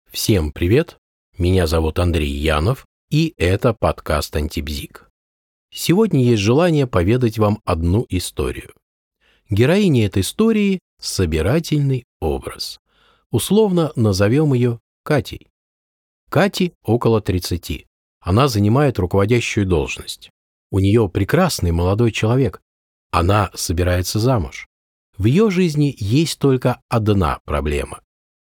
Всем привет! Меня зовут Андрей Янов, и это подкаст «Антибзик». Сегодня есть желание поведать вам одну историю. Героиня этой истории – собирательный образ. Условно назовем ее Катей. Кате около 30. Она занимает руководящую должность. У нее прекрасный молодой человек. Она собирается замуж. В ее жизни есть только одна проблема.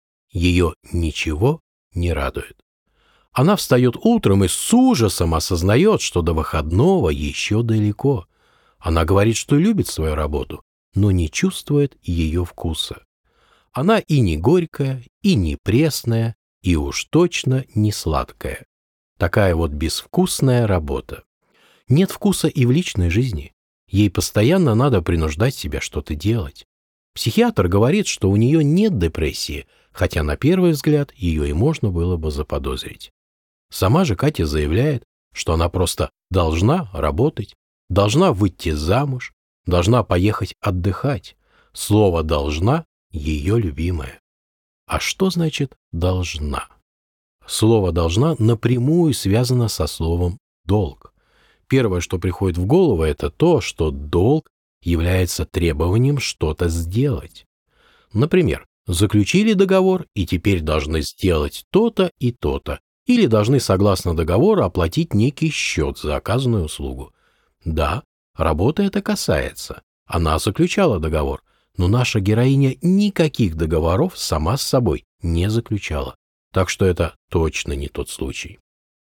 Ее ничего не радует. Она встает утром и с ужасом осознает, что до выходного еще далеко. Она говорит, что любит свою работу, но не чувствует ее вкуса. Она и не горькая, и не пресная, и уж точно не сладкая. Такая вот безвкусная работа. Нет вкуса и в личной жизни. Ей постоянно надо принуждать себя что-то делать. Психиатр говорит, что у нее нет депрессии, хотя на первый взгляд ее и можно было бы заподозрить. Сама же Катя заявляет, что она просто должна работать, должна выйти замуж, должна поехать отдыхать. Слово «должна» ее любимое. А что значит «должна»? Слово «должна» напрямую связано со словом «долг». Первое, что приходит в голову, это то, что долг является требованием что-то сделать. Например, заключили договор и теперь должны сделать то-то и то-то, или должны согласно договору оплатить некий счет за оказанную услугу. Да, работы это касается. Она заключала договор, но наша героиня никаких договоров сама с собой не заключала. Так что это точно не тот случай.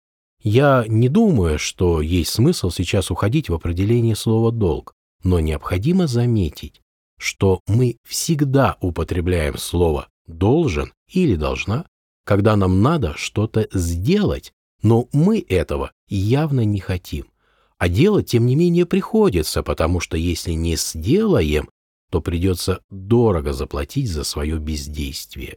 Я не думаю, что есть смысл сейчас уходить в определение слова «долг», но необходимо заметить, что мы всегда употребляем слово «должен» или «должна», когда нам надо что-то сделать, но мы этого явно не хотим. А делать, тем не менее, приходится, потому что если не сделаем, то придется дорого заплатить за свое бездействие.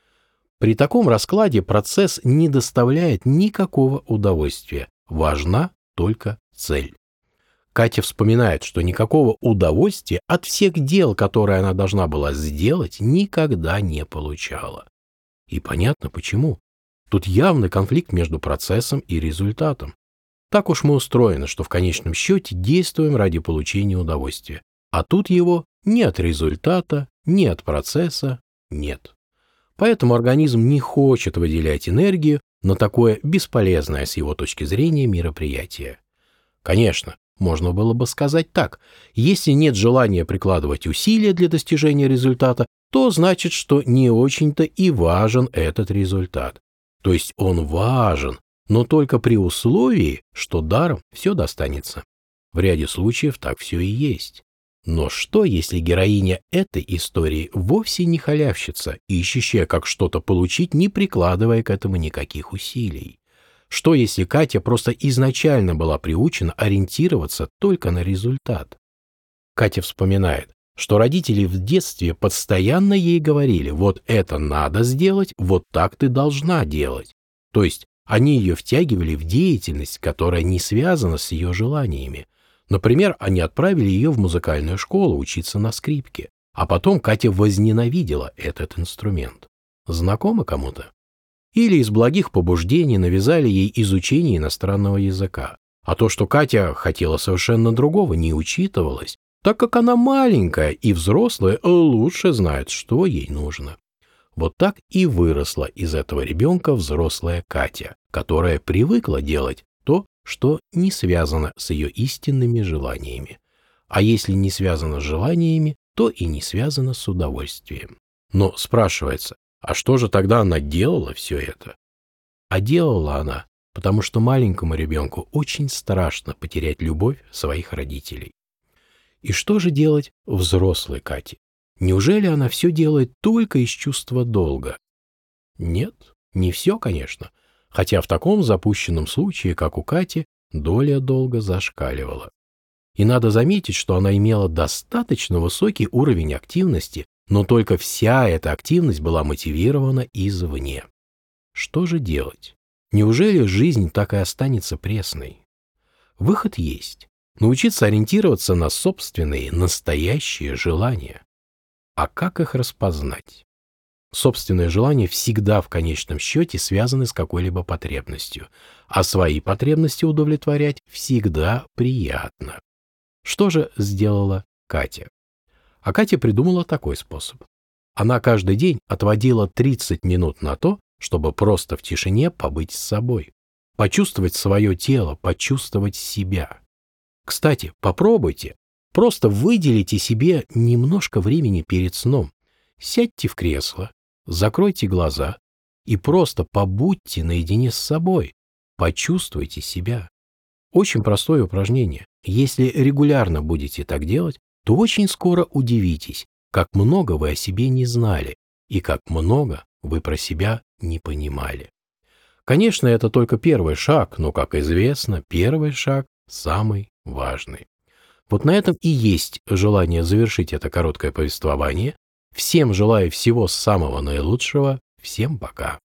При таком раскладе процесс не доставляет никакого удовольствия, важна только цель. Катя вспоминает, что никакого удовольствия от всех дел, которые она должна была сделать, никогда не получала. И понятно почему. Тут явный конфликт между процессом и результатом. Так уж мы устроены, что в конечном счете действуем ради получения удовольствия. А тут его ни от результата, ни от процесса нет. Поэтому организм не хочет выделять энергию на такое бесполезное с его точки зрения мероприятие. Конечно, можно было бы сказать так: если нет желания прикладывать усилия для достижения результата, то значит, что не очень-то и важен этот результат. То есть он важен, но только при условии, что даром все достанется. В ряде случаев так все и есть. Но что, если героиня этой истории вовсе не халявщица, ищущая как что-то получить, не прикладывая к этому никаких усилий? Что, если Катя просто изначально была приучена ориентироваться только на результат? Катя вспоминает, что родители в детстве постоянно ей говорили: вот это надо сделать, вот так ты должна делать. То есть они ее втягивали в деятельность, которая не связана с ее желаниями. Например, они отправили ее в музыкальную школу учиться на скрипке, а потом Катя возненавидела этот инструмент. Знакомо кому-то? Или из благих побуждений навязали ей изучение иностранного языка. А то, что Катя хотела совершенно другого, не учитывалось, так как она маленькая и взрослая лучше знает, что ей нужно. Вот так и выросла из этого ребенка взрослая Катя, которая привыкла делать то, что не связано с ее истинными желаниями. А если не связано с желаниями, то и не связано с удовольствием. Но спрашивается, а что же тогда она делала все это? А делала она, потому что маленькому ребенку очень страшно потерять любовь своих родителей. И что же делать взрослой Кате? Неужели она все делает только из чувства долга? Нет, не все, конечно. Хотя в таком запущенном случае, как у Кати, доля долга зашкаливала. И надо заметить, что она имела достаточно высокий уровень активности, но только вся эта активность была мотивирована извне. Что же делать? Неужели жизнь так и останется пресной? Выход есть. Научиться ориентироваться на собственные, настоящие желания. А как их распознать? Собственные желания всегда в конечном счете связаны с какой-либо потребностью, а свои потребности удовлетворять всегда приятно. Что же сделала Катя? А Катя придумала такой способ. Она каждый день отводила 30 минут на то, чтобы просто в тишине побыть с собой, почувствовать свое тело, почувствовать себя. Кстати, попробуйте, просто выделите себе немножко времени перед сном. Сядьте в кресло, закройте глаза и просто побудьте наедине с собой, почувствуйте себя. Очень простое упражнение. Если регулярно будете так делать, то очень скоро удивитесь, как много вы о себе не знали и как много вы про себя не понимали. Конечно, это только первый шаг, но, как известно, первый шаг самый важный. Вот на этом и есть желание завершить это короткое повествование. Всем желаю всего самого наилучшего. Всем пока.